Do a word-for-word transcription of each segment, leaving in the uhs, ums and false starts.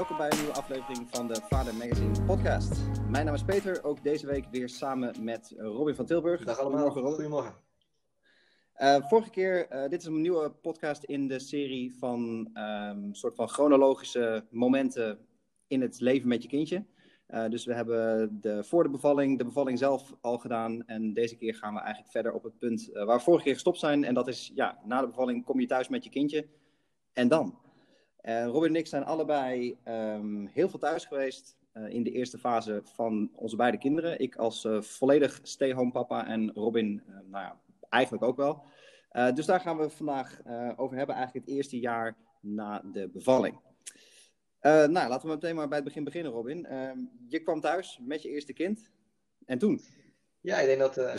welkom bij een nieuwe aflevering van de Vader Magazine podcast. Mijn naam is Peter, ook deze week weer samen met Robin van Tilburg. Dag allemaal, goedemorgen. Goedemorgen. Uh, vorige keer, uh, dit is een nieuwe podcast in de serie van um, soort van chronologische momenten in het leven met je kindje. Uh, dus we hebben de, voor de bevalling, de bevalling zelf al gedaan. En deze keer gaan we eigenlijk verder op het punt uh, waar we vorige keer gestopt zijn. En dat is, ja, na de bevalling kom je thuis met je kindje. En dan? Uh, Robin en ik zijn allebei um, heel veel thuis geweest uh, in de eerste fase van onze beide kinderen. Ik als uh, volledig stay-home papa en Robin, uh, nou ja, eigenlijk ook wel. Uh, dus daar gaan we vandaag uh, over hebben, eigenlijk het eerste jaar na de bevalling. Uh, nou, laten we meteen maar bij het begin beginnen, Robin. Uh, je kwam thuis met je eerste kind. En toen? Ja, ik denk dat, uh,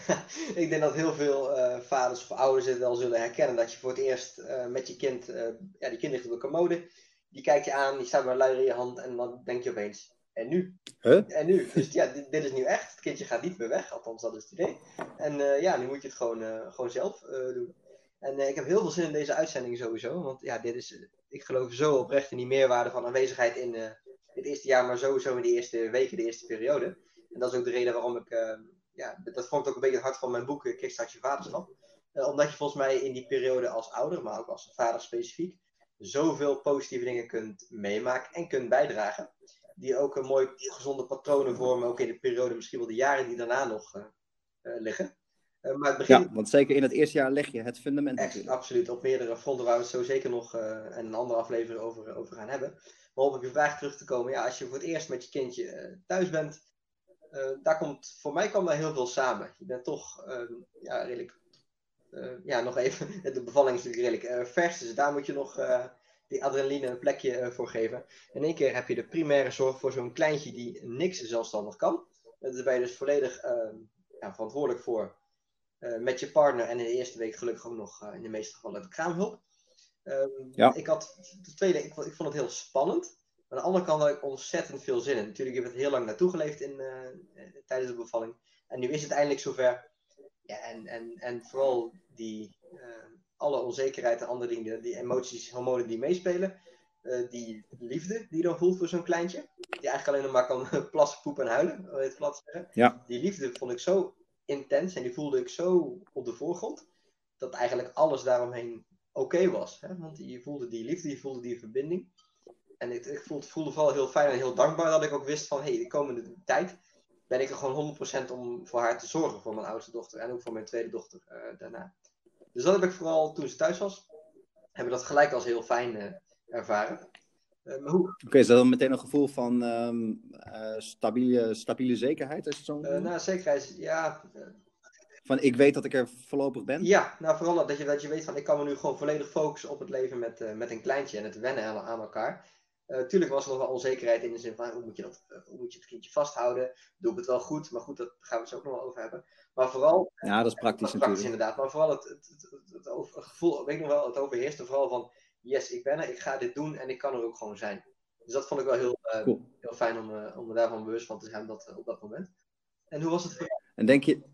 ik denk dat heel veel uh, vaders of ouders het wel zullen herkennen. Dat je voor het eerst uh, met je kind, uh, ja, die kind ligt op de commode. Die kijkt je aan, die staat met een luier in je hand. En dan denk je opeens, en nu? Huh? En nu? Dus ja, dit, dit is nu echt. Het kindje gaat niet meer weg, althans dat is het idee. En uh, ja, nu moet je het gewoon, uh, gewoon zelf uh, doen. En uh, ik heb heel veel zin in deze uitzending sowieso. Want ja, dit is, uh, ik geloof zo oprecht in die meerwaarde van aanwezigheid in uh, het eerste jaar. Maar sowieso in de eerste weken, de eerste periode. En dat is ook de reden waarom ik, uh, ja, dat vormt ook een beetje het hart van mijn boek, uh, Kickstart je vaderschap. Uh, omdat je volgens mij in die periode als ouder, maar ook als vader specifiek, zoveel positieve dingen kunt meemaken en kunt bijdragen. Die ook een mooi gezonde patronen vormen, ook in de periode, misschien wel de jaren die daarna nog uh, uh, liggen. Uh, maar het begin... Ja, want zeker in het eerste jaar leg je het fundament Echt, natuurlijk. Absoluut, op meerdere fronten waar we het zo zeker nog uh, en een andere aflevering over, over gaan hebben. Maar om op je vraag terug te komen, ja, als je voor het eerst met je kindje uh, thuis bent, Uh, daar komt, voor mij kwam daar heel veel samen. Je bent toch, uh, ja, redelijk, uh, ja, nog even, de bevalling is natuurlijk redelijk uh, vers, dus daar moet je nog uh, die adrenaline een plekje uh, voor geven. In één keer heb je de primaire zorg voor zo'n kleintje die niks zelfstandig kan. Uh, daar ben je dus volledig uh, ja, verantwoordelijk voor, uh, met je partner en in de eerste week gelukkig ook nog uh, in de meeste gevallen de kraamhulp. Uh, ja. Ik had, de tweede, ik, ik vond het heel spannend. Aan de andere kant had ik ontzettend veel zin in. Natuurlijk heb ik het heel lang naartoe geleefd in, uh, tijdens de bevalling. En nu is het eindelijk zover. Ja, en, en, en vooral die, uh, alle onzekerheid en andere dingen, die emoties, hormonen die meespelen. Uh, die liefde die je dan voelt voor zo'n kleintje. Die eigenlijk alleen nog maar kan plassen, poepen en huilen. Wil je het plat zeggen. Ja. Die liefde vond ik zo intens en die voelde ik zo op de voorgrond. Dat eigenlijk alles daaromheen oké okay was. Hè? Want je voelde die liefde, je voelde die verbinding. En ik, ik voelde, voelde vooral heel fijn en heel dankbaar dat ik ook wist van, hé, hey, de komende tijd ben ik er gewoon honderd procent om voor haar te zorgen, voor mijn oudste dochter en ook voor mijn tweede dochter uh, daarna. Dus dat heb ik vooral toen ze thuis was, hebben we dat gelijk als heel fijn uh, ervaren. Uh, maar hoe? Oké, okay, is dat dan meteen een gevoel van um, uh, stabiele, stabiele zekerheid? Als je het zo uh, nou, zekerheid, ja... Uh, Van ik weet dat ik er voorlopig ben? Ja, nou vooral dat je, dat je weet van ik kan me nu gewoon volledig focussen op het leven met, uh, met een kleintje en het wennen aan, aan elkaar. Uh, tuurlijk was er nog wel onzekerheid in de zin van hoe moet je, dat, uh, hoe moet je het kindje vasthouden? Doe ik het wel goed? Maar goed, daar gaan we het zo ook nog wel over hebben. Maar vooral... Ja, dat is praktisch uh, natuurlijk. Praktisch inderdaad. Maar vooral het, het, het, het, het, over, het gevoel, weet ik nog wel, het overheerste vooral van yes, ik ben er, ik ga dit doen en ik kan er ook gewoon zijn. Dus dat vond ik wel heel, uh, cool. heel fijn om, uh, om me daarvan bewust van te zijn dat, uh, op dat moment. En hoe was het voor jou? En denk je...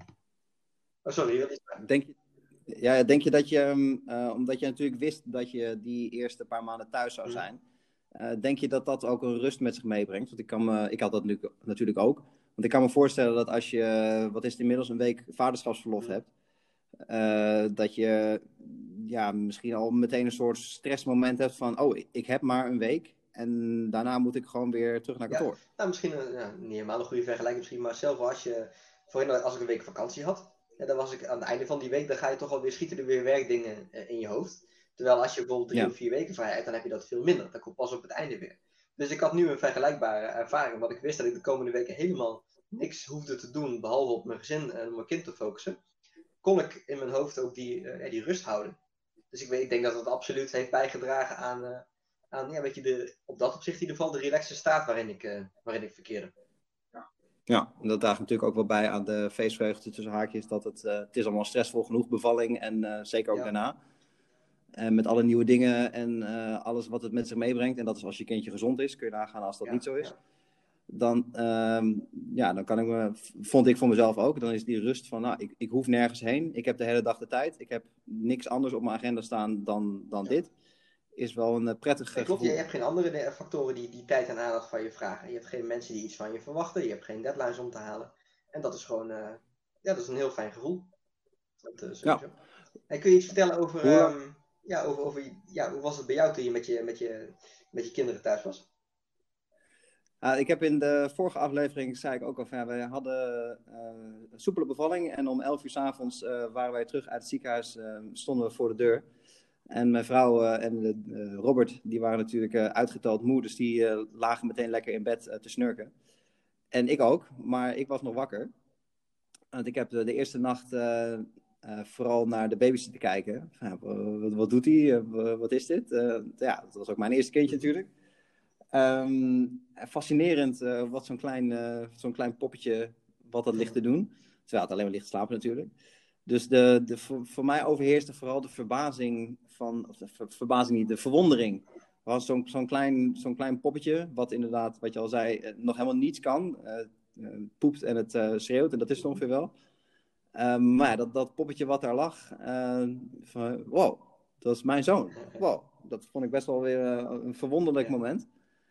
Oh, sorry, wat is het? Denk je... Ja, denk je dat je, uh, omdat je natuurlijk wist dat je die eerste paar maanden thuis zou zijn, uh, denk je dat dat ook een rust met zich meebrengt? Want ik, kan me, ik had dat nu, natuurlijk ook. Want ik kan me voorstellen dat als je, wat is het inmiddels, een week vaderschapsverlof hebt, uh, dat je ja, misschien al meteen een soort stressmoment hebt van, oh, ik heb maar een week en daarna moet ik gewoon weer terug naar kantoor. Ja, nou, misschien uh, ja, niet helemaal een goede vergelijking, misschien, maar zelf als je, voorheen als ik een week vakantie had, ja, dan was ik aan het einde van die week, dan ga je toch alweer schieten er weer werkdingen uh, in je hoofd. Terwijl als je bijvoorbeeld drie ja. of vier weken vrij hebt, dan heb je dat veel minder. Dat komt pas op het einde weer. Dus ik had nu een vergelijkbare ervaring, want ik wist dat ik de komende weken helemaal niks hoefde te doen, behalve op mijn gezin en op mijn kind te focussen. Kon ik in mijn hoofd ook die, uh, die rust houden. Dus ik, weet, ik denk dat het absoluut heeft bijgedragen aan, uh, aan ja, weet je, de, op dat opzicht in ieder geval, de relaxe staat waarin ik, uh, waarin ik verkeerde. Ja, en dat draagt natuurlijk ook wel bij aan de feestvreugde tussen haakjes. Dat het, uh, het is allemaal stressvol genoeg, bevalling en uh, zeker ook ja. daarna. En met alle nieuwe dingen en uh, alles wat het met zich meebrengt. En dat is als je kindje gezond is, kun je nagaan als dat ja, niet zo is. Ja. Dan, um, ja, dan kan ik me, vond ik voor mezelf ook, dan is die rust van, nou, ik, ik hoef nergens heen. Ik heb de hele dag de tijd. Ik heb niks anders op mijn agenda staan dan, dan ja. dit. is wel een prettig Nee, klopt, gevoel. je hebt geen andere factoren die, die tijd en aandacht van je vragen. Je hebt geen mensen die iets van je verwachten. Je hebt geen deadlines om te halen. En dat is gewoon, uh, ja, dat is een heel fijn gevoel. Dat, uh, sowieso. Ja. En kun je iets vertellen over, hoe, um, ja, over, over ja, hoe was het bij jou toen je met je, met je, met je kinderen thuis was? Uh, ik heb in de vorige aflevering, zei ik ook al, van, ja, we hadden uh, een soepele bevalling. En om elf uur 's avonds uh, waren wij terug uit het ziekenhuis, uh, stonden we voor de deur. En mijn vrouw uh, en uh, Robert, die waren natuurlijk uh, uitgeteld moe, dus die uh, lagen meteen lekker in bed uh, te snurken. En ik ook, maar ik was nog wakker. Want ik heb de, de eerste nacht uh, uh, vooral naar de baby zitten kijken. Ja, wat, wat doet hij? Uh, wat is dit? Uh, ja, dat was ook mijn eerste kindje natuurlijk. Um, fascinerend uh, wat zo'n klein, uh, zo'n klein poppetje, wat dat ligt te doen. Terwijl het alleen maar ligt te slapen natuurlijk. Dus de, de, voor, voor mij overheerste vooral de verbazing van, of de ver, verbazing niet, de verwondering. Was zo'n, zo'n, klein, zo'n klein poppetje, wat inderdaad, wat je al zei, nog helemaal niets kan. Uh, uh, poept en het uh, schreeuwt, en dat is het ongeveer wel. Uh, maar ja, dat, dat poppetje wat daar lag, uh, van, wow, dat is mijn zoon. Wow, dat vond ik best wel weer uh, een verwonderlijk ja. moment.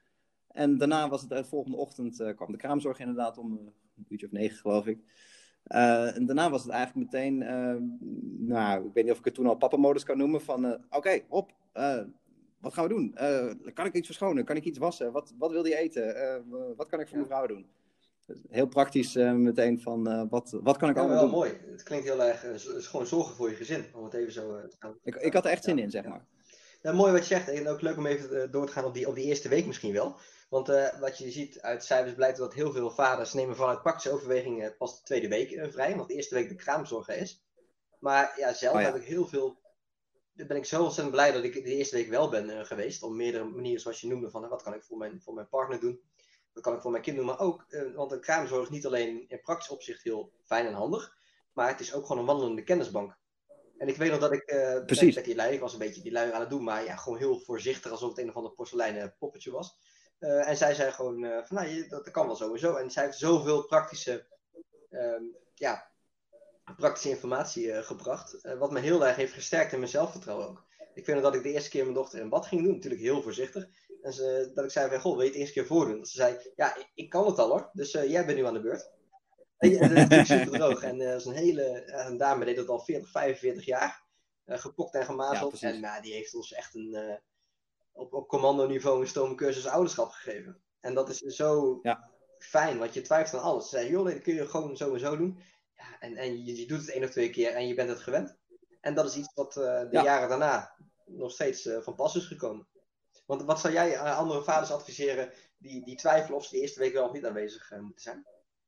En daarna was het de volgende ochtend, uh, kwam de kraamzorg inderdaad om uh, een uurtje of negen geloof ik. Uh, en daarna was het eigenlijk meteen, uh, nou, ik weet niet of ik het toen al papa-modus kan noemen, van uh, oké, okay, hop, uh, wat gaan we doen? Uh, kan ik iets verschonen? Kan ik iets wassen? Wat, wat wil hij eten? Uh, wat kan ik voor ja. mijn vrouw doen? Heel praktisch uh, meteen van, uh, wat, wat kan ik ja, allemaal wel doen? Mooi. Het klinkt heel erg, uh, is gewoon zorgen voor je gezin, om het even zo uh, te gaan. Ik, ik had er echt zin ja, in, zeg ja. maar. Ja, mooi wat je zegt. En ook leuk om even door te gaan op die, op die eerste week misschien wel. Want uh, wat je ziet uit cijfers blijkt dat heel veel vaders nemen vanuit praktische overwegingen pas de tweede week uh, vrij. Want de eerste week de kraamzorg is. Maar ja, zelf oh, ja. heb ik heel veel... Dan ben ik zo ontzettend blij dat ik de eerste week wel ben uh, geweest. Op meerdere manieren zoals je noemde van uh, wat kan ik voor mijn, voor mijn partner doen. Wat kan ik voor mijn kind doen. Maar ook, uh, want een kraamzorg is niet alleen in praktisch opzicht heel fijn en handig. Maar het is ook gewoon een wandelende kennisbank. En ik weet nog dat ik uh, met, met die lui, ik was een beetje die lui aan het doen, maar ja, gewoon heel voorzichtig, alsof het een of ander porseleinen poppetje was. Uh, en zij zei gewoon, uh, van nou, je, dat, dat kan wel sowieso. En zij heeft zoveel praktische, um, ja, praktische informatie uh, gebracht, uh, wat me heel erg heeft gesterkt in mijn zelfvertrouwen ook. Ik weet nog dat ik de eerste keer mijn dochter in bad ging doen, natuurlijk heel voorzichtig. En ze, dat ik zei van, goh, wil je het de eerste keer voordoen? Dat ze zei, ja, ik, ik kan het al hoor, dus uh, jij bent nu aan de beurt. En dat is natuurlijk super droog. En uh, dat is een hele uh, een dame deed dat al veertig, vijfenveertig jaar. Uh, gepokt en gemazeld. Ja, en uh, die heeft ons echt een, uh, op, op commando niveau een stoomcursus ouderschap gegeven. En dat is zo ja. fijn, want je twijfelt aan alles. Ze zei, joh, nee, dat kun je gewoon zo en zo doen. Ja, en en je, je doet het één of twee keer en je bent het gewend. En dat is iets wat uh, de ja. jaren daarna nog steeds uh, van pas is gekomen. Want wat zou jij uh, andere vaders adviseren die, die twijfelen of ze de eerste week wel of niet aanwezig uh, moeten zijn?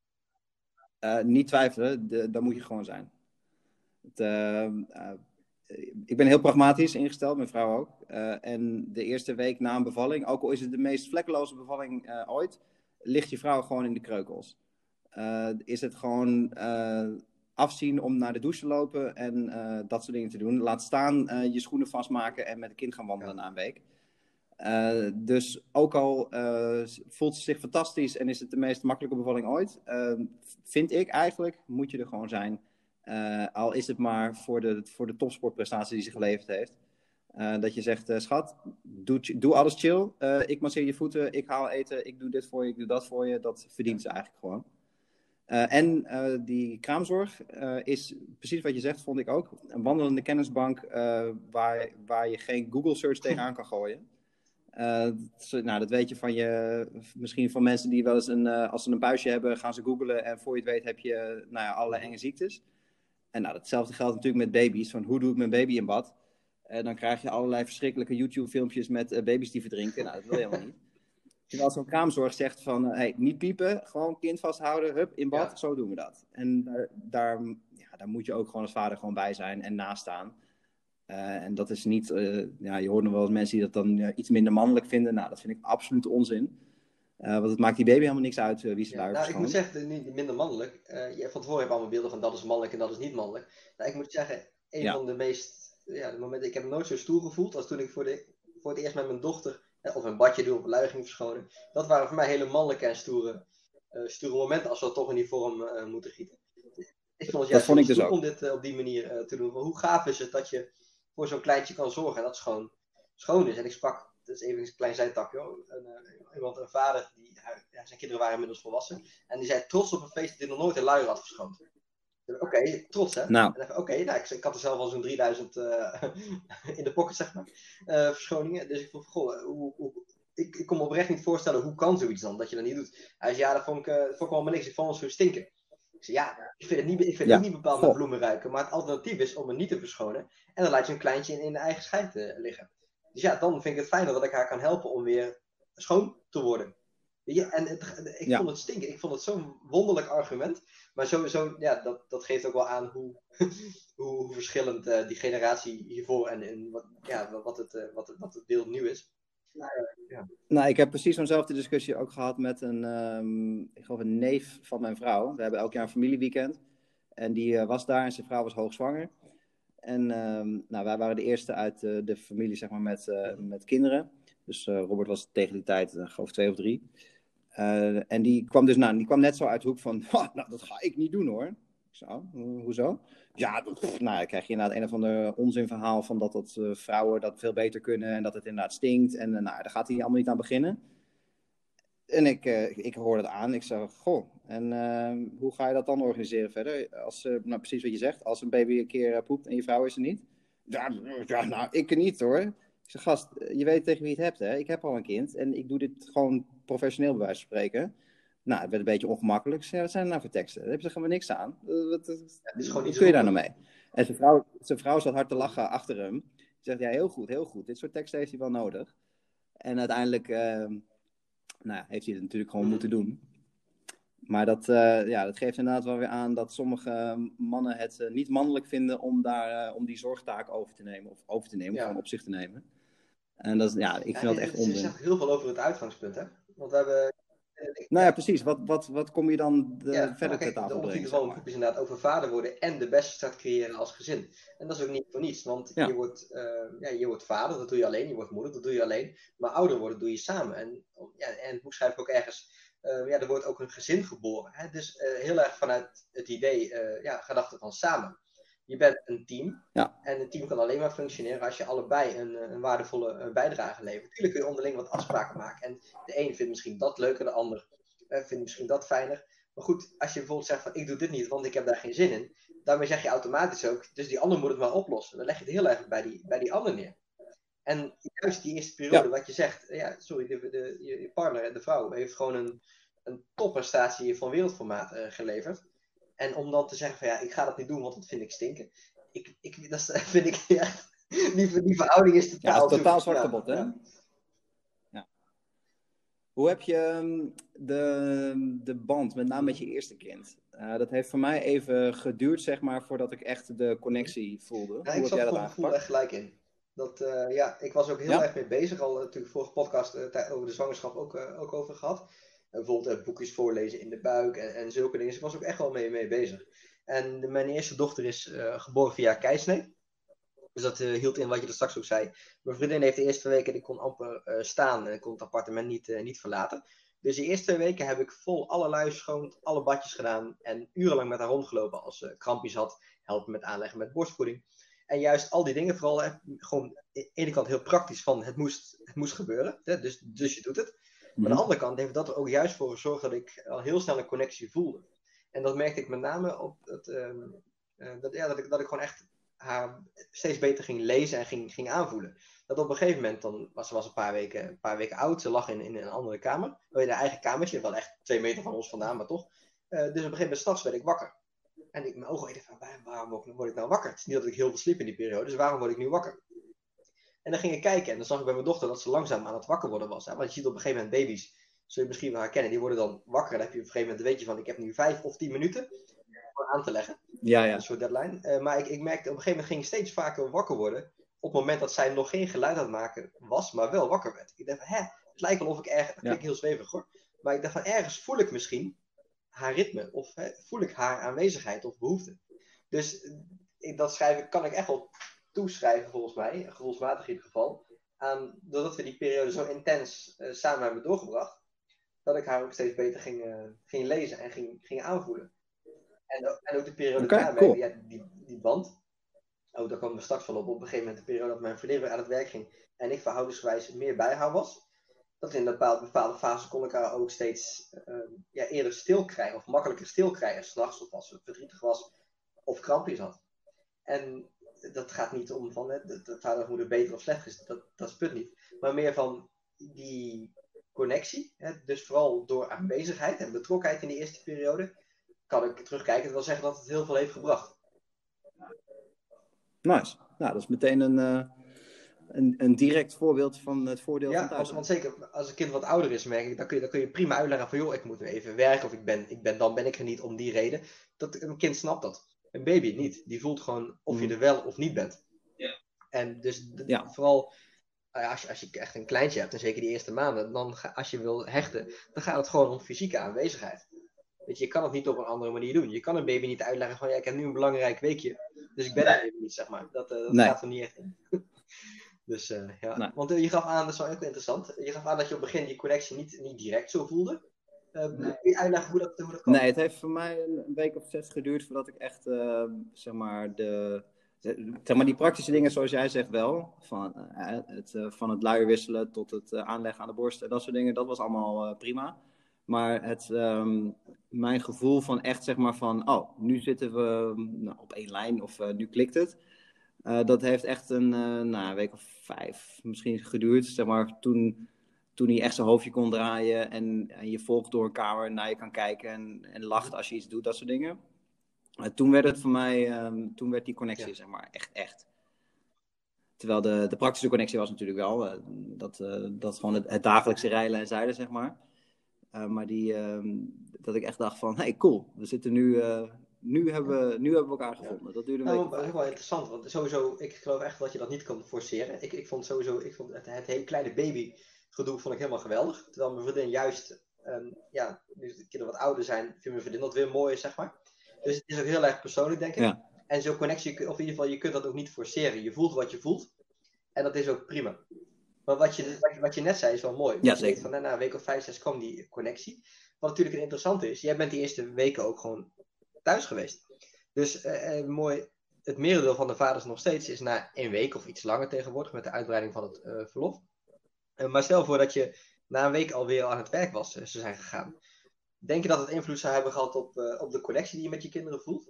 Uh, niet twijfelen, de, dan moet je gewoon zijn. Het, uh, uh, ik ben heel pragmatisch ingesteld, mijn vrouw ook. Uh, en de eerste week na een bevalling, ook al is het de meest vlekkeloze bevalling uh, ooit, ligt je vrouw gewoon in de kreukels. Uh, is het gewoon uh, afzien om naar de douche te lopen en uh, dat soort dingen te doen. Laat staan uh, je schoenen vastmaken en met het kind gaan wandelen ja. na een week. Uh, dus ook al uh, voelt ze zich fantastisch en is het de meest makkelijke bevalling ooit, uh, vind ik eigenlijk, moet je er gewoon zijn. Uh, al is het maar voor de, voor de topsportprestatie die ze geleverd heeft. Uh, dat je zegt, uh, schat, doe, doe alles chill. Uh, ik masseer je voeten, ik haal eten, ik doe dit voor je, ik doe dat voor je. Dat verdient ze eigenlijk gewoon. Uh, en uh, die kraamzorg uh, is precies wat je zegt, vond ik ook. Een wandelende kennisbank uh, waar, waar je geen Google search tegenaan kan gooien. Uh, dat, nou, dat weet je van je, misschien van mensen die wel eens een, uh, als ze een buisje hebben, gaan ze googlen en voor je het weet heb je uh, nou ja, allerlei enge ziektes. En nou, hetzelfde geldt natuurlijk met baby's, van hoe doe ik mijn baby in bad? En uh, dan krijg je allerlei verschrikkelijke YouTube filmpjes met uh, baby's die verdrinken. Nou, dat wil je helemaal niet. Terwijl zo'n kraamzorg zegt van, uh, hey, niet piepen, gewoon kind vasthouden, hup, in bad, ja. Zo doen we dat. En daar, daar, ja, daar moet je ook gewoon als vader gewoon bij zijn en naast staan. Uh, en dat is niet, uh, ja, je hoort nog wel eens mensen die dat dan uh, iets minder mannelijk vinden. Nou, dat vind ik absoluut onzin. Uh, want het maakt die baby helemaal niks uit uh, wie ze ja, nou, ik moet zeggen, niet minder mannelijk. Uh, je, van tevoren heb je allemaal beelden van dat is mannelijk en dat is niet mannelijk. Nou, ik moet zeggen, een ja. van de meest, ja, de momenten, ik heb me nooit zo stoer gevoeld als toen ik voor, de, voor het eerst met mijn dochter, of een badje doen of een luiering verschonen. Dat waren voor mij hele mannelijke en stoere, uh, stoere momenten als we dat toch in die vorm uh, moeten gieten. Ik vond het juist vond ik dus stoer om dit uh, op die manier uh, te doen. Maar hoe gaaf is het dat je voor zo'n kleintje kan zorgen? En dat is gewoon schoon is. En ik sprak, dat is even een klein zijtakje hoor, een, uh, iemand, een vader, die, ja, zijn kinderen waren inmiddels volwassen. En die zei trots op een feest dat hij nog nooit een luier had verschoond. Oké, okay, trots hè. Nou. Oké, okay, nou, ik, ik had er zelf al zo'n drieduizend uh, in de pocket, zeg maar, uh, verschoningen. Dus ik vroeg, goh, hoe, hoe, ik, ik kon me oprecht niet voorstellen, hoe kan zoiets dan, dat je dat niet doet. Hij zei, ja, dat vond ik, uh, vond ik helemaal niks, ik vond het zo stinken. Ik zei, ja, ik vind het niet, ik vind ja. ook niet bepaald naar bloemen ruiken, maar het alternatief is om het niet te verschonen. En dan laat je een kleintje in, in de eigen scheid uh, liggen. Dus ja, dan vind ik het fijner dat ik haar kan helpen om weer schoon te worden. Ja, en het, ik ja. vond het stinken. Ik vond het zo'n wonderlijk argument. Maar sowieso, ja, dat, dat geeft ook wel aan hoe, hoe, hoe verschillend uh, die generatie hiervoor en, en wat, ja, wat, het, uh, wat, het, wat het beeld nu is. Nou, ja. nou, ik heb precies zo'nzelfde discussie ook gehad met een, um, ik geloof een neef van mijn vrouw. We hebben elk jaar een familieweekend. En die uh, was daar en zijn vrouw was hoogzwanger. En um, nou, wij waren de eerste uit uh, de familie, zeg maar, met, uh, met kinderen. Dus uh, Robert was tegen die tijd, uh, geloof twee of drie. Uh, en die kwam dus nou, die kwam net zo uit de hoek van, nou, dat ga ik niet doen hoor. Ik zei, oh, ho- hoezo? Ja, pff, nou, dan krijg je inderdaad een of ander onzinverhaal van dat, dat uh, vrouwen dat veel beter kunnen en dat het inderdaad stinkt. En uh, nou, daar gaat hij allemaal niet aan beginnen. En ik, uh, ik hoorde het aan. Ik zei, goh, en uh, hoe ga je dat dan organiseren verder? Als, uh, nou, precies wat je zegt, als een baby een keer uh, poept en je vrouw is er niet. Ja, ja, nou, ik niet hoor. Ik zeg, gast, je weet tegen wie je het hebt, hè? Ik heb al een kind en ik doe dit gewoon professioneel bij wijze van spreken. Nou, het werd een beetje ongemakkelijk. Ik zei, wat zijn er nou voor teksten? Daar hebben ze gewoon niks aan. Wat, wat, Ja, het is gewoon wat niet kun je zo daar nou mee? En zijn vrouw, zijn vrouw zat hard te lachen achter hem. Die zegt, ja, heel goed, heel goed. Dit soort teksten heeft hij wel nodig. En uiteindelijk uh, nou ja, heeft hij het natuurlijk gewoon mm-hmm. moeten doen. Maar dat, uh, ja, dat geeft inderdaad wel weer aan dat sommige mannen het uh, niet mannelijk vinden om, daar, uh, om die zorgtaak over te nemen. Of over te nemen, ja. gewoon op zich te nemen. En dat is, ja, ik vind ja, dat echt onzin. Ze zegt heel veel over het uitgangspunt, hè? Want we hebben... Nou ja, ja precies. Wat, wat, wat kom je dan de, ja, verder kijk, ter tafel de brengen? De ondertitel is inderdaad over vader worden en de beste start creëren als gezin. En dat is ook niet voor niets, want ja. je, wordt, uh, ja, je wordt vader, dat doe je alleen. Je wordt moeder, dat doe je alleen. Maar ouder worden doe je samen. En, ja, en het boek schrijf ik ook ergens, uh, ja, er wordt ook een gezin geboren. Hè? Dus uh, heel erg vanuit het idee, uh, ja, gedachte van samen. Je bent een team. Ja. En een team kan alleen maar functioneren als je allebei een, een waardevolle bijdrage levert. Natuurlijk kun je onderling wat afspraken maken. En de een vindt misschien dat leuker, de ander uh, vindt misschien dat fijner. Maar goed, als je bijvoorbeeld zegt van ik doe dit niet, want ik heb daar geen zin in. Daarmee zeg je automatisch ook, dus die ander moet het maar oplossen. Dan leg je het heel erg bij die, bij die ander neer. En juist die eerste periode, ja. wat je zegt, ja, sorry, de, de, je partner, de vrouw, heeft gewoon een, een topprestatie van wereldformaat uh, geleverd. En om dan te zeggen van ja, ik ga dat niet doen, want dat vind ik stinken. Ik, ik, dat vind ik echt, die, die verhouding is totaal... Ja, het is totaal zwarte bot, hè? Ja. Ja. Hoe heb je de, de band, met name met je eerste kind? Uh, dat heeft voor mij even geduurd, zeg maar, voordat ik echt de connectie voelde. Ja, Hoe ik heb jij dat voel, aangepakt? voel echt gelijk in. Dat, uh, ja, ik was ook heel ja? erg mee bezig, al natuurlijk vorige podcast uh, over de zwangerschap ook, uh, ook over gehad. Uh, bijvoorbeeld uh, boekjes voorlezen in de buik en, en zulke dingen. Dus ik was ook echt wel mee, mee bezig. En de, mijn eerste dochter is uh, geboren via keisnee. Dus dat uh, hield in wat je er straks ook zei. Mijn vriendin heeft de eerste twee weken, ik kon amper uh, staan en ik kon het appartement niet, uh, niet verlaten. Dus de eerste twee weken heb ik vol alle luiers schoon, alle badjes gedaan en urenlang met haar rondgelopen als ze uh, krampjes had. Helpen met aanleggen met borstvoeding. En juist al die dingen, vooral hè, gewoon aan de ene kant heel praktisch van het moest, het moest gebeuren. Hè, dus, dus je doet het. Maar aan de andere kant heeft dat er ook juist voor gezorgd dat ik al heel snel een connectie voelde. En dat merkte ik met name op het, um, uh, dat, ja, dat, ik, dat ik gewoon echt haar steeds beter ging lezen en ging, ging aanvoelen. Dat op een gegeven moment, dan was ze was een paar weken, een paar weken oud, ze lag in, in een andere kamer. In haar eigen kamertje, wel echt twee meter van ons vandaan, maar toch. Uh, dus op een gegeven moment 's nachts werd ik wakker. En ik mijn ogen dacht van, waar, waarom word ik nou wakker? Het is niet dat ik heel veel sliep in die periode, dus waarom word ik nu wakker? En dan ging ik kijken en dan zag ik bij mijn dochter dat ze langzaam aan het wakker worden was. Hè? Want je ziet op een gegeven moment baby's, zul je misschien wel herkennen, die worden dan wakker. Dan heb je op een gegeven moment, weet je van, ik heb nu vijf of tien minuten om aan te leggen. Ja, ja. Een soort deadline. Uh, maar ik, ik merkte op een gegeven moment ging ik steeds vaker wakker worden. Op het moment dat zij nog geen geluid aan het maken was, maar wel wakker werd. Ik dacht van, hè, het lijkt wel of ik ergens, dat klinkt heel zweverig hoor. Maar ik dacht van, ergens voel ik misschien haar ritme. Of hè, voel ik haar aanwezigheid of behoefte. Dus dat schrijven kan ik echt wel toeschrijven volgens mij, gevoelsmatig in ieder geval, aan, doordat we die periode zo intens uh, samen hebben doorgebracht, dat ik haar ook steeds beter ging, uh, ging lezen en ging, ging aanvoelen. En, en ook de periode okay, daarna, cool. ja, die, die band. oh, daar komen we straks wel op, op een gegeven moment de periode dat mijn vriendin weer aan het werk ging en ik verhoudingsgewijs meer bij haar was, dat in een bepaalde, bepaalde fase kon ik haar ook steeds uh, ja, eerder stil krijgen, of makkelijker stil krijgen, 's nachts, of als ze verdrietig was, of krampjes had. En dat gaat niet om van, hè, dat, dat vader of moeder beter of slecht is, dat, dat is het punt niet. Maar meer van die connectie, hè, dus vooral door aanwezigheid en betrokkenheid in die eerste periode, kan ik terugkijken en wel zeggen dat het heel veel heeft gebracht. Nice. Nou, dat is meteen een, uh, een, een direct voorbeeld van het voordeel ja, van thuis. Want, want zeker als een kind wat ouder is, merk ik, dan kun je, dan kun je prima uitleggen van, joh, ik moet nu even werken of ik ben, ik ben, dan ben ik er niet om die reden. Dat, een kind snapt dat. Een baby niet. Die voelt gewoon of je er wel of niet bent. Ja. En dus d- ja. vooral als je, als je echt een kleintje hebt, en zeker die eerste maanden, dan ga, als je wil hechten, dan gaat het gewoon om fysieke aanwezigheid. Weet je, je kan het niet op een andere manier doen. Je kan een baby niet uitleggen van, ja, ik heb nu een belangrijk weekje, dus ik ben er even niet, zeg maar. Dat, uh, dat nee. gaat er niet echt in. Dus uh, ja, nee. Want uh, je gaf aan, dat is wel ook interessant, je gaf aan dat je op het begin die connectie niet, niet direct zo voelde. Uh, kun je uitleggen hoe dat, hoe dat kwam? Nee, het heeft voor mij een week of zes geduurd voordat ik echt, uh, zeg maar, de... Zeg maar die praktische dingen zoals jij zegt wel, van, uh, het, uh, van het luier wisselen tot het uh, aanleggen aan de borst en dat soort dingen, dat was allemaal uh, prima. Maar het, um, mijn gevoel van echt zeg maar van, oh, nu zitten we nou, op één lijn of uh, nu klikt het. Uh, dat heeft echt een, uh, nou, een week of vijf misschien geduurd, zeg maar, toen, toen hij echt zijn hoofdje kon draaien en, en je volgt door een kamer naar je kan kijken en, en lacht als je iets doet, dat soort dingen. Uh, toen werd het voor mij, um, toen werd die connectie, ja. zeg maar, echt, echt. Terwijl de, de praktische connectie was natuurlijk wel, uh, dat, uh, dat gewoon het, het dagelijkse rijlen en zeilen, zeg maar. Uh, maar die, uh, dat ik echt dacht van, hey, cool, we zitten nu, uh, nu, hebben we, nu hebben we elkaar gevonden. Ja. Dat duurde een nou, week. Dat is wel interessant, want sowieso, ik geloof echt dat je dat niet kan forceren. Ik, ik vond sowieso, ik vond het, het hele kleine baby gedoe vond ik helemaal geweldig. Terwijl mijn vriendin juist, um, ja, nu de kinderen wat ouder zijn, vindt mijn vriendin dat weer mooi, zeg maar. Dus het is ook heel erg persoonlijk, denk ik. Ja. En zo'n connectie, of in ieder geval, je kunt dat ook niet forceren. Je voelt wat je voelt. En dat is ook prima. Maar wat je, wat je, wat je net zei is wel mooi. Ja, zeker. Van, nou, na een week of vijf, zes kwam die connectie. Wat natuurlijk een interessante is. Jij bent die eerste weken ook gewoon thuis geweest. Dus uh, uh, mooi. Het merendeel van de vaders nog steeds is na een week of iets langer tegenwoordig. Met de uitbreiding van het uh, verlof. Uh, maar stel voor dat je na een week alweer aan het werk was. Uh, ze zijn gegaan. Denk je dat het invloed zou hebben gehad op, uh, op de connectie die je met je kinderen voelt?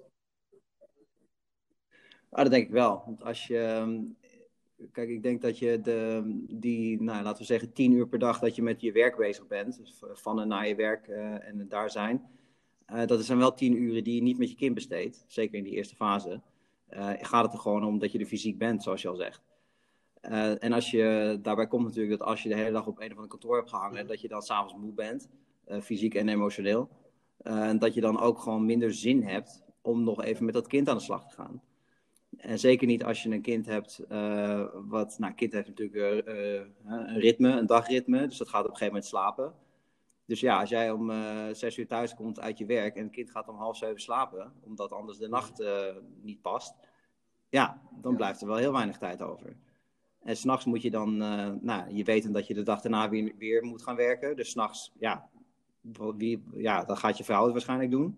Ah, dat denk ik wel. Want als je... Kijk, ik denk dat je de, die, nou, laten we zeggen, tien uur per dag dat je met je werk bezig bent. Dus van en naar je werk uh, en daar zijn. Uh, dat zijn wel tien uren die je niet met je kind besteedt. Zeker in die eerste fase. Uh, gaat het er gewoon om dat je er fysiek bent, zoals je al zegt. Uh, en als je, daarbij komt natuurlijk dat als je de hele dag op een of ander kantoor hebt gehangen, dat je dan s'avonds moe bent. Uh, fysiek en emotioneel. Uh, en dat je dan ook gewoon minder zin hebt om nog even met dat kind aan de slag te gaan. En zeker niet als je een kind hebt, uh, wat, nou, een kind heeft natuurlijk uh, uh, een ritme, een dagritme, dus dat gaat op een gegeven moment slapen. Dus ja, als jij om uh, zes uur thuis komt uit je werk en het kind gaat om half zeven slapen, omdat anders de nacht uh, niet past, ja, dan ja. blijft er wel heel weinig tijd over. En s'nachts moet je dan, uh, nou, je weet dat je de dag daarna weer, weer moet gaan werken, dus s'nachts, ja, wie, ja, dat gaat je vrouw het waarschijnlijk doen.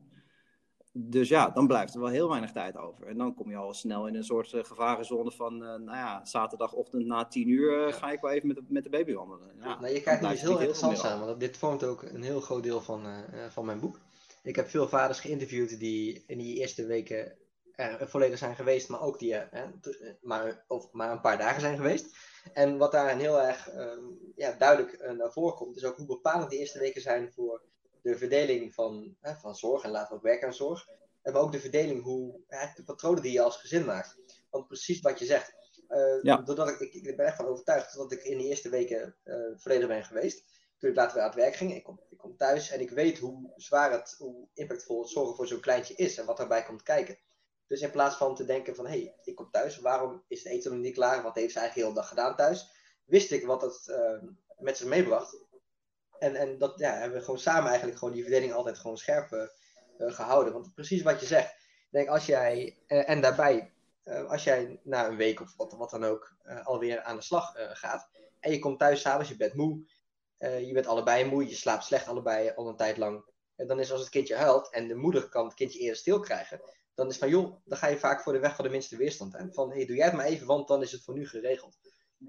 Dus ja, dan blijft er wel heel weinig tijd over. En dan kom je al snel in een soort uh, gevarenzone van, uh, nou ja, zaterdagochtend na tien uur uh, ja. ga ik wel even met de, met de baby wandelen. Ja, nou, je kijkt nu iets heel interessants aan, want dit vormt ook een heel groot deel van, uh, van mijn boek. Ik heb veel vaders geïnterviewd die in die eerste weken er volledig zijn geweest, maar ook die er uh, maar, of maar een paar dagen zijn geweest. En wat daar een heel erg uh, ja, duidelijk uh, naar voren komt, is ook hoe bepalend die eerste weken zijn voor de verdeling van, hè, van zorg en later ook werk aan zorg. En maar ook de verdeling, hoe, hè, de patronen die je als gezin maakt. Want precies wat je zegt. Uh, ja. Doordat ik, ik, ik ben echt van overtuigd dat ik in de eerste weken uh, volledig ben geweest. Toen ik later weer aan het werk ging. Ik kom, ik kom thuis en ik weet hoe zwaar het, hoe impactvol het zorgen voor zo'n kleintje is. En wat daarbij komt kijken. Dus in plaats van te denken van, hé, hey, ik kom thuis. Waarom is het eten nog niet klaar? Wat heeft ze eigenlijk de hele dag gedaan thuis? Wist ik wat het uh, met zich meebracht. En, en dat ja, hebben we gewoon samen eigenlijk gewoon die verdeling altijd gewoon scherp uh, gehouden. Want precies wat je zegt. Ik denk als jij, uh, en daarbij, uh, als jij na een week of wat, wat dan ook uh, alweer aan de slag uh, gaat. En je komt thuis s'avonds, je bent moe. Uh, je bent allebei moe, je slaapt slecht allebei al een tijd lang. En dan is als het kindje huilt en de moeder kan het kindje eerder stil krijgen. dan is van, joh, dan ga je vaak voor de weg van de minste weerstand. Hè? Van, hey, doe jij het maar even, want dan is het voor nu geregeld.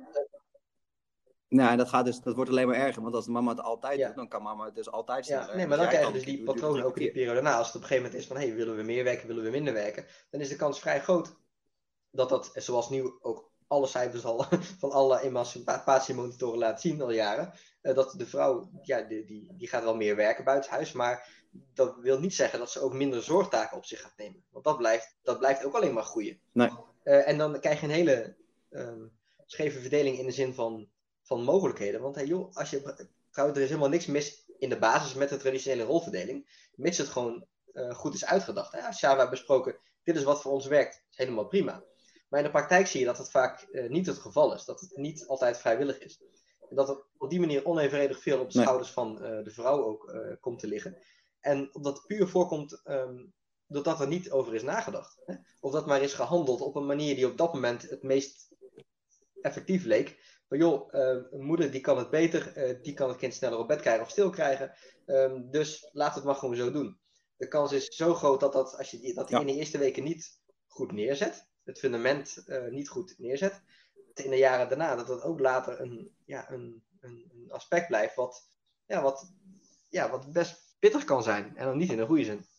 Nou, dat, gaat dus, dat wordt alleen maar erger, want als de mama het altijd Ja. doet, dan kan mama het dus altijd sneller. Ja, nee, En maar als dan jij krijg je het dus dan die een keer doet, patronen duurt ook het in die drie periode daarna. Als het op een gegeven moment is van, hey, willen we meer werken, willen we minder werken, dan is de kans vrij groot dat dat, zoals nu ook alle cijfers al van alle emancipatiemonitoren laten zien al jaren, uh, dat de vrouw, ja, die, die, die gaat wel meer werken buitenshuis, maar dat wil niet zeggen dat ze ook minder zorgtaken op zich gaat nemen. Want dat blijft, dat blijft ook alleen maar groeien. Nee. Uh, en dan krijg je een hele um, scheve verdeling in de zin van, van mogelijkheden. Want hey, joh, als je, trouwens, er is helemaal niks mis in de basis met de traditionele rolverdeling, mits het gewoon uh, goed is uitgedacht. Hè? Als Shava heeft besproken, dit is wat voor ons werkt, is helemaal prima. Maar in de praktijk zie je dat het vaak uh, niet het geval is. Dat het niet altijd vrijwillig is. En dat er op die manier onevenredig veel op de nee. schouders van uh, de vrouw ook uh, komt te liggen. En omdat het puur voorkomt um, doordat er niet over is nagedacht. Hè? Of dat maar is gehandeld op een manier die op dat moment het meest effectief leek. Maar joh, uh, een moeder die kan het beter, uh, die kan het kind sneller op bed krijgen of stil krijgen. Um, dus laat het maar gewoon zo doen. De kans is zo groot dat, dat als je die, dat ja. in de eerste weken niet goed neerzet, het fundament uh, niet goed neerzet, in de jaren daarna, dat dat ook later een, ja, een, een, een aspect blijft wat, ja, wat, ja, wat best pittig kan zijn. En dan niet in de goede zin.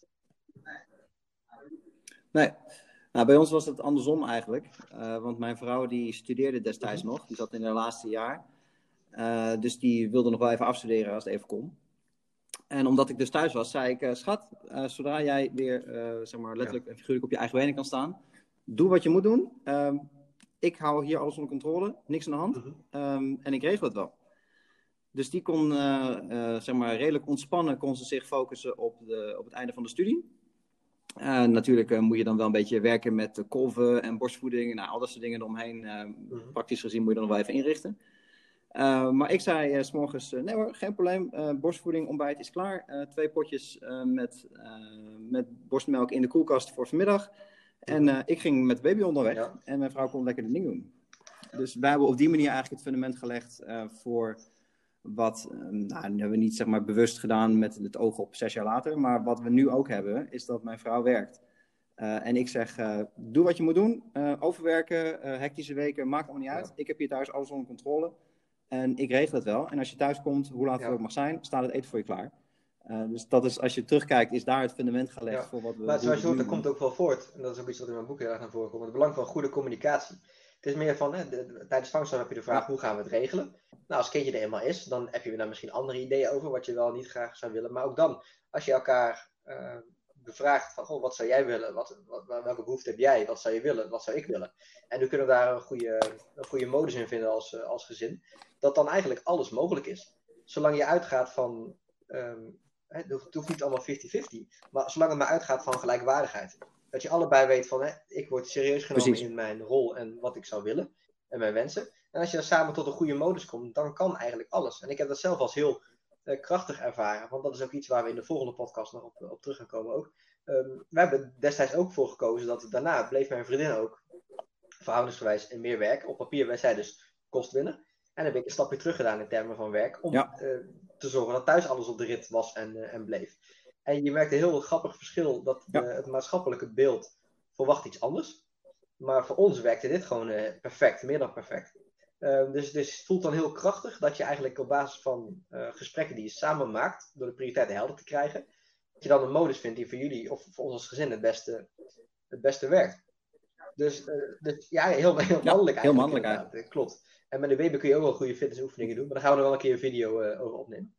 Nee. Nou, bij ons was het andersom eigenlijk. Uh, want mijn vrouw die studeerde destijds mm-hmm. nog. Die zat in haar laatste jaar. Uh, dus die wilde nog wel even afstuderen als het even kon. En omdat ik dus thuis was, zei ik, uh, schat, uh, zodra jij weer uh, zeg maar letterlijk en figuurlijk op je eigen benen kan staan, doe wat je moet doen. Um, ik hou hier alles onder controle, niks aan de hand. Um, en ik regel het wel. Dus die kon uh, uh, zeg maar redelijk ontspannen, kon ze zich focussen op, de, op het einde van de studie. Uh, natuurlijk uh, moet je dan wel een beetje werken met uh, kolven en borstvoeding. Nou, al dat soort dingen eromheen. Uh, mm-hmm. Praktisch gezien moet je dan nog wel even inrichten. Uh, maar ik zei uh, 's morgens, uh, nee hoor, geen probleem. Uh, borstvoeding, ontbijt is klaar. Uh, twee potjes uh, met, uh, met borstmelk in de koelkast voor vanmiddag. En uh, ik ging met de baby onderweg. Ja. En mijn vrouw kon lekker de ding doen. Dus wij hebben op die manier eigenlijk het fundament gelegd uh, voor wat, uh, nou, nu hebben we niet zeg maar bewust gedaan met het oog op zes jaar later. Maar wat we nu ook hebben, is dat mijn vrouw werkt. Uh, en ik zeg, uh, doe wat je moet doen. Uh, overwerken, uh, hectische weken, maakt allemaal niet uit. Ja. Ik heb hier thuis alles onder controle. En ik regel het wel. En als je thuis komt, hoe laat het ja. ook mag zijn, staat het eten voor je klaar. Uh, dus dat is, als je terugkijkt, is daar het fundament gelegd ja. voor wat we... Maar zoals je hoort, dat komt ook wel voort. En dat is ook iets wat in mijn boek heel erg naar voren komt. Het belang van goede communicatie. Het is meer van, hè, de, de, tijdens zwangerschap heb je de vraag, ja. hoe gaan we het regelen? Nou, als het kindje er eenmaal is, dan heb je daar misschien andere ideeën over, wat je wel niet graag zou willen. Maar ook dan, als je elkaar uh, bevraagt van, oh, wat zou jij willen? Wat, wat, welke behoefte heb jij? Wat zou je willen? Wat zou ik willen? En nu kunnen we daar een goede, een goede modus in vinden als, uh, als gezin. Dat dan eigenlijk alles mogelijk is. Zolang je uitgaat van... Um, het hoeft niet allemaal vijftig vijftig, maar zolang het maar uitgaat van gelijkwaardigheid. Dat je allebei weet van, hè, ik word serieus genomen Precies. in mijn rol en wat ik zou willen. En mijn wensen. En als je dan samen tot een goede modus komt, dan kan eigenlijk alles. En ik heb dat zelf als heel uh, krachtig ervaren. Want dat is ook iets waar we in de volgende podcast nog op, op terug gaan komen ook. Um, we hebben destijds ook voor gekozen dat daarna bleef mijn vriendin ook verhoudingsgewijs meer werk. Op papier werd zij dus kostwinner. En heb ik een stapje terug gedaan in termen van werk. Om ja. uh, te zorgen dat thuis alles op de rit was en, uh, en bleef. En je merkt een heel grappig verschil. Dat de, ja. het maatschappelijke beeld verwacht iets anders. Maar voor ons werkte dit gewoon uh, perfect. Meer dan perfect. Uh, dus, dus het voelt dan heel krachtig. Dat je eigenlijk op basis van uh, gesprekken die je samen maakt. Door de prioriteiten helder te krijgen. Dat je dan een modus vindt die voor jullie of voor ons als gezin het beste, het beste werkt. Dus, uh, dus ja, heel, heel mannelijk ja, eigenlijk. Heel mannelijk eigenlijk. Klopt. En met de baby kun je ook wel goede fitnessoefeningen doen. Maar daar gaan we nog wel een keer een video uh, over opnemen.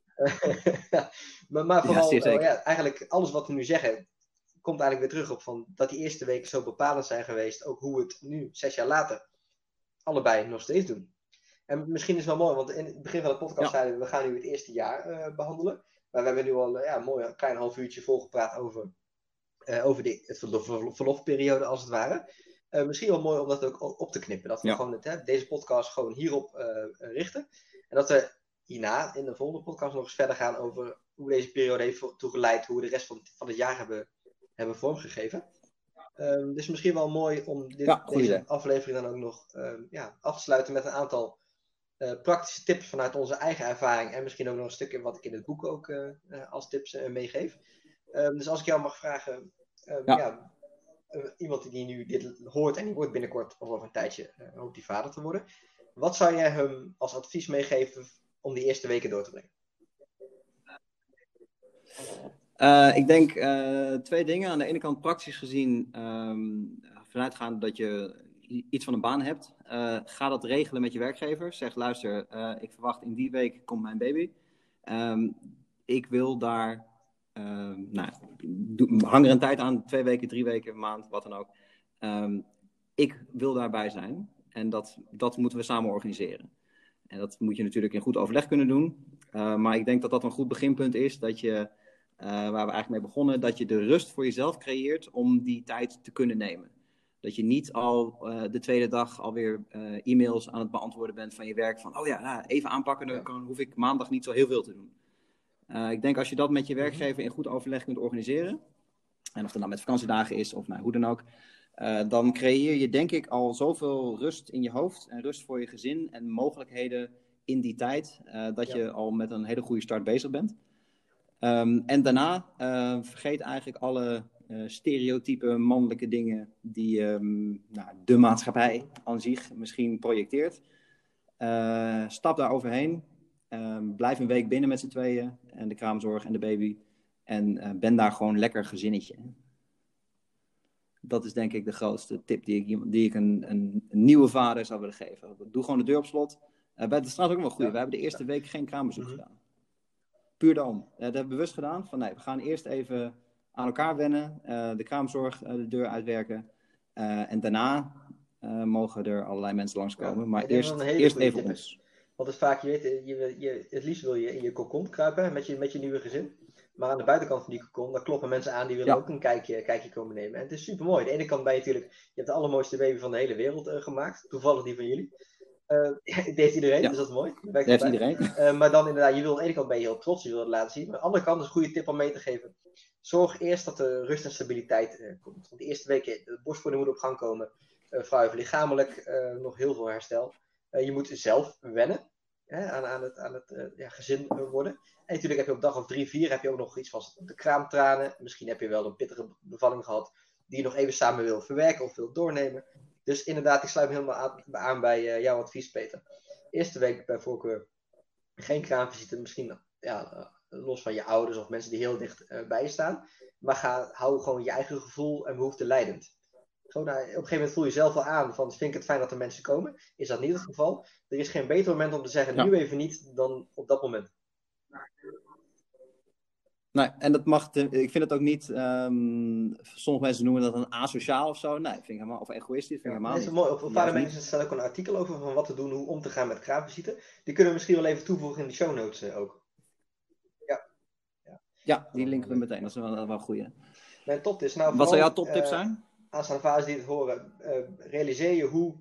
maar, maar vooral, ja, uh, ja, eigenlijk alles wat we nu zeggen, komt eigenlijk weer terug op van dat die eerste weken zo bepalend zijn geweest. Ook hoe we het nu, zes jaar later, allebei nog steeds doen. En misschien is het wel mooi, want in het begin van de podcast ja. zeiden we, we gaan nu het eerste jaar uh, behandelen. Maar we hebben nu al uh, ja, een mooi klein half uurtje volgepraat over, uh, over de, het, de verlofperiode als het ware. Uh, misschien wel mooi om dat ook op te knippen. Dat we ja. gewoon het, hè, deze podcast gewoon hierop uh, richten. En dat we hierna in de volgende podcast nog eens verder gaan over hoe deze periode heeft toegeleid, hoe we de rest van, van het jaar hebben, hebben vormgegeven. Um, dus misschien wel mooi om dit, ja, deze idee. aflevering dan ook nog um, ja, af te sluiten met een aantal uh, praktische tips vanuit onze eigen ervaring. En misschien ook nog een stukje wat ik in het boek ook uh, uh, als tips uh, meegeef. Um, dus als ik jou mag vragen, um, ja. Ja, uh, iemand die nu dit hoort en die wordt binnenkort of over een tijdje, uh, hoopt die vader te worden. Wat zou jij hem als advies meegeven om die eerste weken door te brengen? Uh, ik denk uh, twee dingen. Aan de ene kant praktisch gezien, um, vanuitgaande dat je iets van een baan hebt. Uh, ga dat regelen met je werkgever. Zeg, luister, uh, ik verwacht in die week komt mijn baby. Um, ik wil daar, uh, nou, hang er een tijd aan, twee weken, drie weken, een maand, wat dan ook. Um, ik wil daarbij zijn en dat, dat moeten we samen organiseren. En dat moet je natuurlijk in goed overleg kunnen doen. Uh, maar ik denk dat dat een goed beginpunt is, dat je... Uh, waar we eigenlijk mee begonnen, dat je de rust voor jezelf creëert om die tijd te kunnen nemen. Dat je niet al uh, de tweede dag alweer uh, e-mails aan het beantwoorden bent van je werk. Van, oh ja, nou, even aanpakken, dan kan, hoef ik maandag niet zo heel veel te doen. Uh, ik denk als je dat met je werkgever in goed overleg kunt organiseren, en of dat nou met vakantiedagen is of nou, hoe dan ook, uh, dan creëer je denk ik al zoveel rust in je hoofd en rust voor je gezin en mogelijkheden in die tijd, uh, dat ja. je al met een hele goede start bezig bent. Um, en daarna uh, vergeet eigenlijk alle uh, stereotype mannelijke dingen die um, nou, de maatschappij aan zich misschien projecteert. Uh, stap daar overheen. Uh, blijf een week binnen met z'n tweeën en de kraamzorg en de baby. En uh, ben daar gewoon lekker gezinnetje. Dat is denk ik de grootste tip die ik, die ik een, een, een nieuwe vader zou willen geven. Doe gewoon de deur op slot. Uh, dat is trouwens ook wel goed. Ja. We hebben de eerste week geen kraambezoek mm-hmm. gedaan. Puur daarom. Uh, dat hebben we bewust gedaan. Van nee, we gaan eerst even aan elkaar wennen. Uh, de kraamzorg uh, de deur uitwerken. Uh, en daarna uh, mogen er allerlei mensen langskomen. Ja, maar eerst, eerst even ons. Want het is vaak, je weet, je, je, het liefst wil je in je kokon kruipen met je, met je nieuwe gezin. Maar aan de buitenkant van die kokon, daar kloppen mensen aan die willen ja. ook een kijkje, kijkje komen nemen. En het is super mooi. Aan de ene kant ben je natuurlijk, je hebt de allermooiste baby van de hele wereld uh, gemaakt. Toevallig die van jullie. Uh, dit heeft iedereen, ja. dus dat is mooi. Dat heeft erbij. iedereen. Uh, maar dan inderdaad, je wil aan de ene kant ben je heel trots, je wil het laten zien. Maar aan de andere kant is een goede tip om mee te geven. Zorg eerst dat er rust en stabiliteit uh, komt. Want de eerste weken, de borstvoeding moet op gang komen. Uh, vrouw heeft lichamelijk uh, nog heel veel herstel. Uh, je moet zelf wennen hè, aan, aan het, aan het uh, ja, gezin worden. En natuurlijk heb je op dag of drie, vier heb je ook nog iets van de kraamtranen. Misschien heb je wel een pittige bevalling gehad die je nog even samen wil verwerken of wil doornemen. Dus inderdaad, ik sluit me helemaal aan, aan bij uh, jouw advies, Peter. Eerste week bij voorkeur geen kraamvisite, misschien ja, uh, los van je ouders of mensen die heel dicht uh, bij je staan. Maar ga, hou gewoon je eigen gevoel en behoefte leidend. Gewoon, uh, op een gegeven moment voel je zelf wel aan van, vind ik het fijn dat er mensen komen? Is dat niet het geval? Er is geen beter moment om te zeggen, ja. nu even niet, dan op dat moment. Nee, en dat mag, te, ik vind het ook niet, um, sommige mensen noemen dat een asociaal of zo. Nee, vind ik helemaal, of egoïstisch, vind ik helemaal niet. Mooi. Op een paar mensen staat ook een artikel over van wat te doen, hoe om te gaan met kraamvisite. Die kunnen we misschien wel even toevoegen in de show notes uh, ook. Ja, ja. ja die linken we meteen, dat is wel, wel een goeie. Mijn top is nou wat zou jouw toptip uh, zijn? Aanstaande vaders die het horen, uh, realiseer je hoe,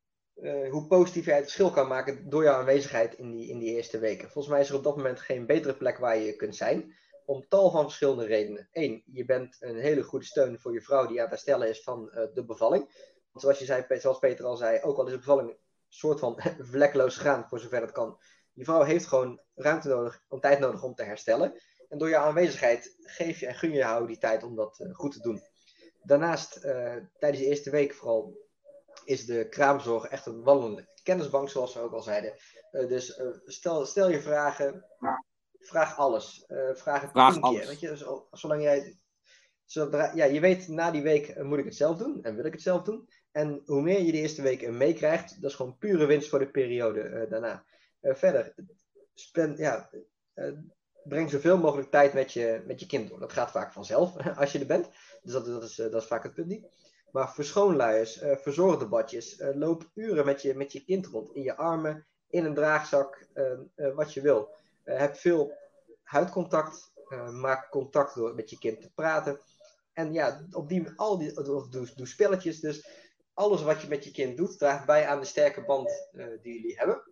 uh, hoe positief jij het verschil kan maken door jouw aanwezigheid in die, in die eerste weken. Volgens mij is er op dat moment geen betere plek waar je kunt zijn. Om tal van verschillende redenen. Eén, je bent een hele goede steun voor je vrouw die aan het herstellen is van uh, de bevalling. Want zoals je zei, zoals Peter al zei, ook al is de bevalling een soort van vlekkeloos gegaan, voor zover het kan. Je vrouw heeft gewoon ruimte nodig, om tijd nodig om te herstellen. En door jouw aanwezigheid geef je en gun je haar die tijd om dat uh, goed te doen. Daarnaast, uh, tijdens de eerste week vooral, is de kraamzorg echt een wandelende kennisbank, zoals we ook al zeiden. Uh, dus uh, stel, stel je vragen... Vraag alles. Uh, vraag het vraag tien alles. keer. Weet je? Dus, zolang jij... Zodra, ja, je weet, na die week uh, moet ik het zelf doen. En wil ik het zelf doen. En hoe meer je de eerste week uh, meekrijgt, dat is gewoon pure winst voor de periode uh, daarna. Uh, verder, spend, ja, uh, breng zoveel mogelijk tijd met je, met je kind door. Dat gaat vaak vanzelf, als je er bent. Dus dat, dat, is, uh, dat is vaak het punt niet. Maar verschoonluiers, uh, verzorgdebadjes, uh, loop uren met je, met je kind rond. In je armen, in een draagzak, uh, uh, wat je wil. Uh, heb veel huidcontact, uh, maak contact door met je kind te praten. En ja, op die, al die, of doe, doe spelletjes. Dus alles wat je met je kind doet, draagt bij aan de sterke band uh, die jullie hebben.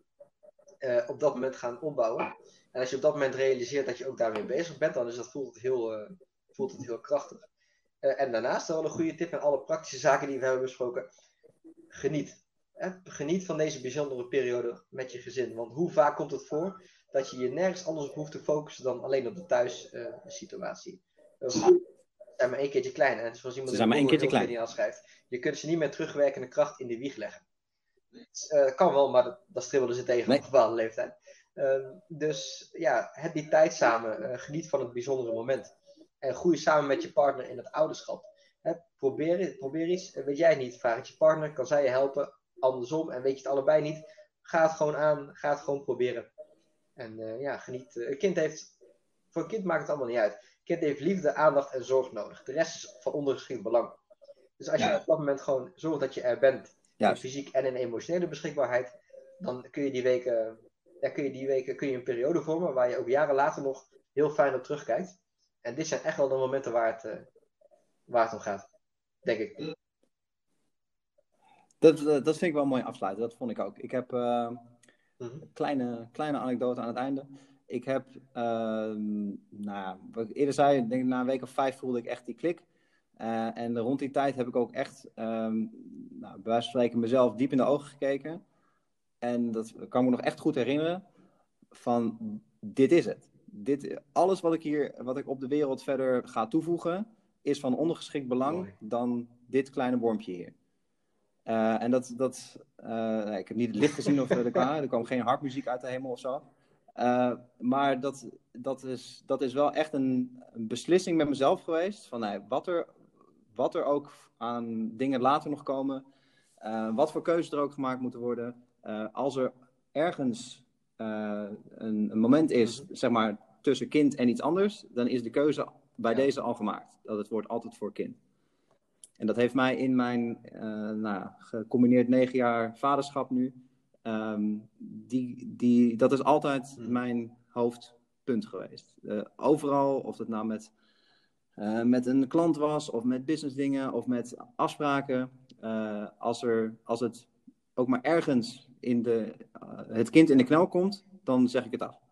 Uh, op dat moment gaan opbouwen. En als je op dat moment realiseert dat je ook daarmee bezig bent, dan is dat, voelt, het heel, uh, voelt het heel krachtig. Uh, en daarnaast wel een goede tip en alle praktische zaken die we hebben besproken. Geniet. Eh, geniet van deze bijzondere periode met je gezin. Want hoe vaak komt het voor dat je je nergens anders op hoeft te focussen dan alleen op de thuissituatie. Uh, uh, zijn maar één keertje klein. En het is zoals iemand Ze zijn maar één keertje klein. Die schrijft. Je kunt ze niet met terugwerkende kracht in de wieg leggen. Het uh, kan wel, maar dat, dat stribbelen ze tegen nee. op een bepaalde leeftijd. Uh, dus ja, heb die tijd samen. Uh, geniet van het bijzondere moment. En groei samen met je partner in het ouderschap. Hè, probeer, probeer iets. Weet jij het niet, vraag het je partner. Kan zij je helpen? Andersom. En weet je het allebei niet? Ga het gewoon aan. Ga het gewoon proberen. En uh, ja, geniet. Uh, een kind heeft... Voor een kind maakt het allemaal niet uit. Een kind heeft liefde, aandacht en zorg nodig. De rest is van ondergeschikt belang. Dus als je ja. op dat moment gewoon zorgt dat je er bent. Ja. In fysiek en in emotionele beschikbaarheid. Dan kun je die weken... Ja, kun je die weken kun je een periode vormen. Waar je ook jaren later nog heel fijn op terugkijkt. En dit zijn echt wel de momenten waar het, uh, waar het om gaat. Denk ik. Dat, dat vind ik wel een mooi afsluiten. Dat vond ik ook. Ik heb uh, mm-hmm. een kleine, kleine anekdote aan het einde. Ik heb, uh, nou, wat ik eerder zei, denk ik, na een week of vijf voelde ik echt die klik. Uh, en rond die tijd heb ik ook echt, um, nou, bij wijze van spreken, mezelf diep in de ogen gekeken. En dat kan ik me nog echt goed herinneren. Van, dit is het. Dit, alles wat ik hier, wat ik op de wereld verder ga toevoegen, is van ondergeschikt belang Mooi. Dan dit kleine wormpje hier. Uh, en dat, dat uh, ik heb niet het licht gezien of er kwam, er kwam geen harpmuziek uit de hemel of zo. Uh, maar dat, dat, is, dat is wel echt een, een beslissing met mezelf geweest. Van nee, wat, er, wat er ook aan dingen later nog komen. Uh, wat voor keuzes er ook gemaakt moeten worden. Uh, als er ergens uh, een, een moment is, zeg maar, tussen kind en iets anders. Dan is de keuze bij ja. deze al gemaakt. Dat het wordt altijd voor kind. En dat heeft mij in mijn uh, nou, gecombineerd negen jaar vaderschap nu. Um, die, die, dat is altijd hmm. mijn hoofdpunt geweest. Uh, overal, of het nou met, uh, met een klant was, of met businessdingen, of met afspraken. Uh, als, er, als het ook maar ergens in de, uh, het kind in de knel komt, dan zeg ik het af.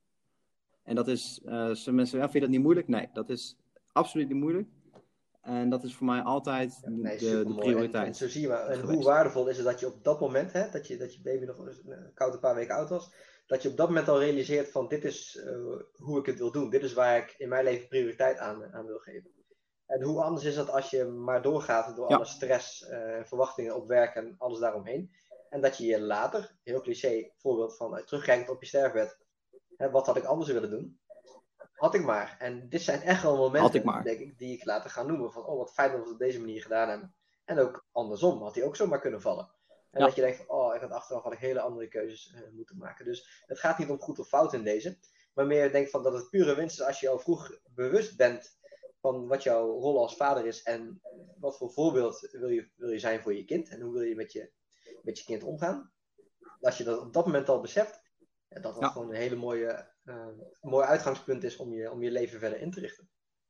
En dat is, uh, mensen zeggen, ja, vind je dat niet moeilijk? Nee, dat is absoluut niet moeilijk. En dat is voor mij altijd ja, nee, de, de prioriteit. En, en zo zie je maar, en hoe waardevol is het dat je op dat moment, hè, dat, je, dat je baby nog een koud een paar weken oud was, dat je op dat moment al realiseert van dit is uh, hoe ik het wil doen. Dit is waar ik in mijn leven prioriteit aan, aan wil geven. En hoe anders is dat als je maar doorgaat door ja. alle stress en uh, verwachtingen op werk en alles daaromheen. En dat je je later, heel cliché voorbeeld van uh, terugkijkend op je sterfbed, hè, wat had ik anders willen doen? Had ik maar. En dit zijn echt wel momenten, ik denk ik, die ik later ga noemen. Van, oh, wat fijn dat we het op deze manier gedaan hebben. En ook andersom, had hij ook zomaar kunnen vallen. En ja. dat je denkt van, oh, ik had achteraf had ik hele andere keuzes uh, moeten maken. Dus het gaat niet om goed of fout in deze. Maar meer denk van dat het pure winst is als je al vroeg bewust bent van wat jouw rol als vader is. En wat voor voorbeeld wil je, wil je zijn voor je kind. En hoe wil je met je, met je kind omgaan. Als je dat op dat moment al beseft. Ja, dat dat ja. gewoon een hele mooie... Uh, een mooi uitgangspunt is om je, om je leven verder in te richten.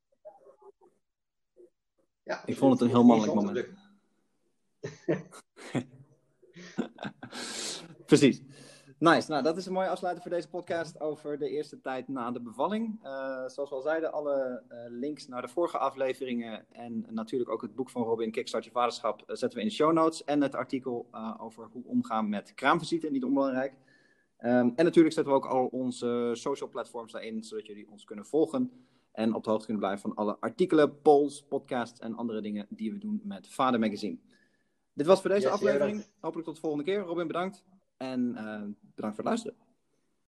Ja, ik vond het een heel mannelijk moment. Precies. Nice. Nou, dat is een mooie afsluiter voor deze podcast over de eerste tijd na de bevalling. Uh, zoals we al zeiden, alle uh, links naar de vorige afleveringen en natuurlijk ook het boek van Robin, Kickstart je vaderschap, uh, zetten we in de show notes. En het artikel uh, over hoe omgaan met kraamvisite, niet onbelangrijk. Um, en natuurlijk zetten we ook al onze social platforms daarin, zodat jullie ons kunnen volgen en op de hoogte kunnen blijven van alle artikelen, polls, podcasts en andere dingen die we doen met Vader Magazine. Dit was voor deze yes, aflevering. Hopelijk tot de volgende keer. Robin, bedankt. En uh, bedankt voor het luisteren.